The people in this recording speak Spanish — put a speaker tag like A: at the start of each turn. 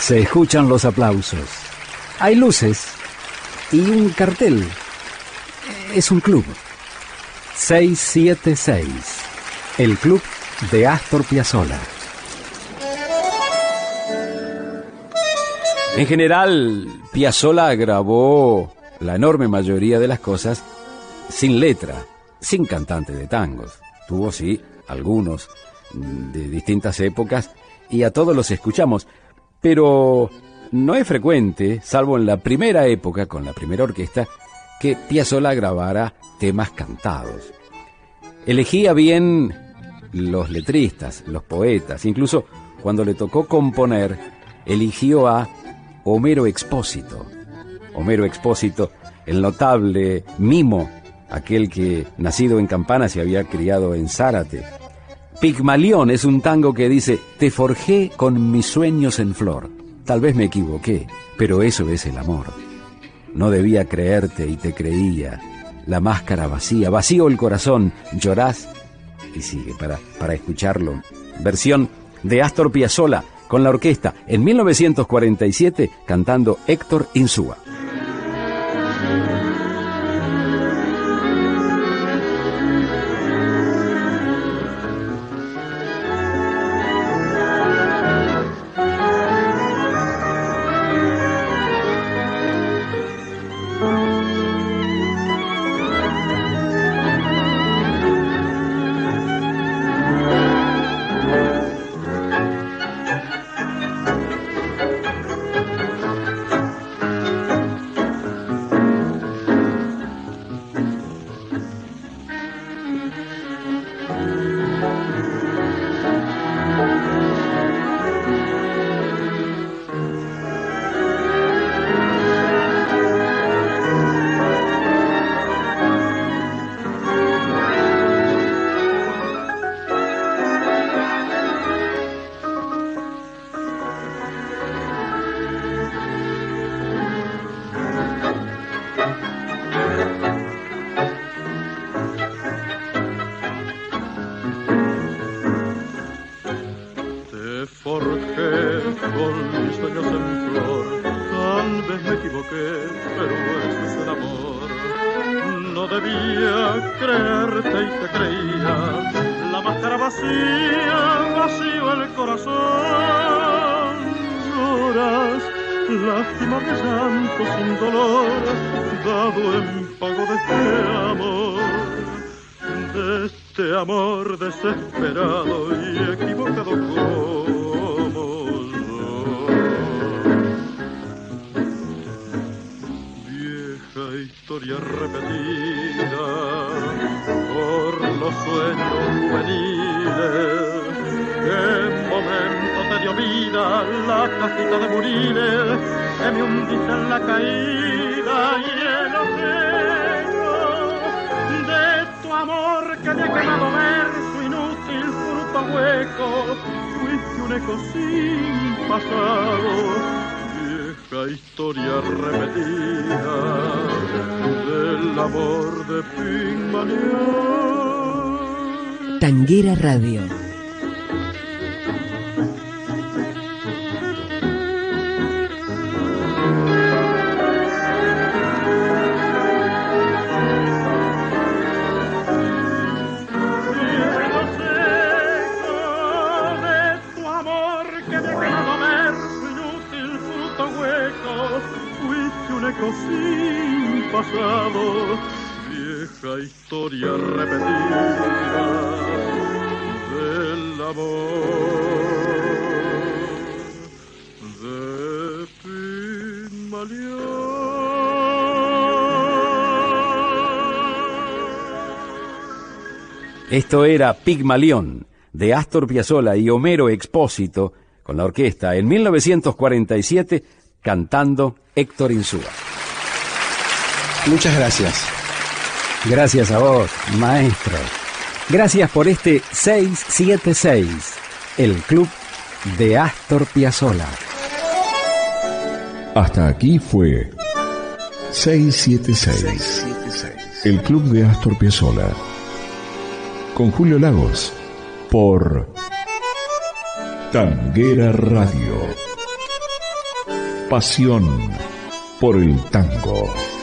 A: Se escuchan los aplausos. Hay luces y un cartel. Es un club. 676. El club de Astor Piazzolla. En general, Piazzolla grabó la enorme mayoría de las cosas sin letra, sin cantante de tangos. Tuvo, sí, algunos de distintas épocas y a todos los escuchamos, pero no es frecuente, salvo en la primera época, con la primera orquesta, que Piazzolla grabara temas cantados. Elegía bien los letristas, los poetas, incluso cuando le tocó componer, eligió a Homero Expósito. Homero Expósito, el notable mimo, aquel que, nacido en Campana, se había criado en Zárate. Pigmalión es un tango que dice: te forjé con mis sueños en flor. Tal vez me equivoqué, pero eso es el amor. No debía creerte y te creía. La máscara vacía, vacío el corazón, llorás. Y sigue, para escucharlo. Versión de Astor Piazzolla con la orquesta en 1947 cantando Héctor Insúa.
B: Desesperado y equivocado como yo. Vieja historia repetida por los sueños juveniles. ¿Qué momento te dio vida la cajita de buriles que me hundiste en la caída y el océano de tu amor que me ha quemado verso hueco? Fuiste un eco sin pasado, vieja historia repetida del amor de Pigmalión.
C: Tanguera Radio.
B: Sin pasado, vieja historia repetida del amor de Pigmalión.
A: Esto era Pigmalión de Astor Piazzolla y Homero Expósito con la orquesta en 1947 cantando Héctor Insúa.
D: Muchas gracias.
A: Gracias a vos, maestro. Gracias por este 676, el club de Astor Piazzolla.
E: Hasta aquí fue 676, el club de Astor Piazzolla. Con Julio Lagos, por Tanguera Radio. pasión por el tango.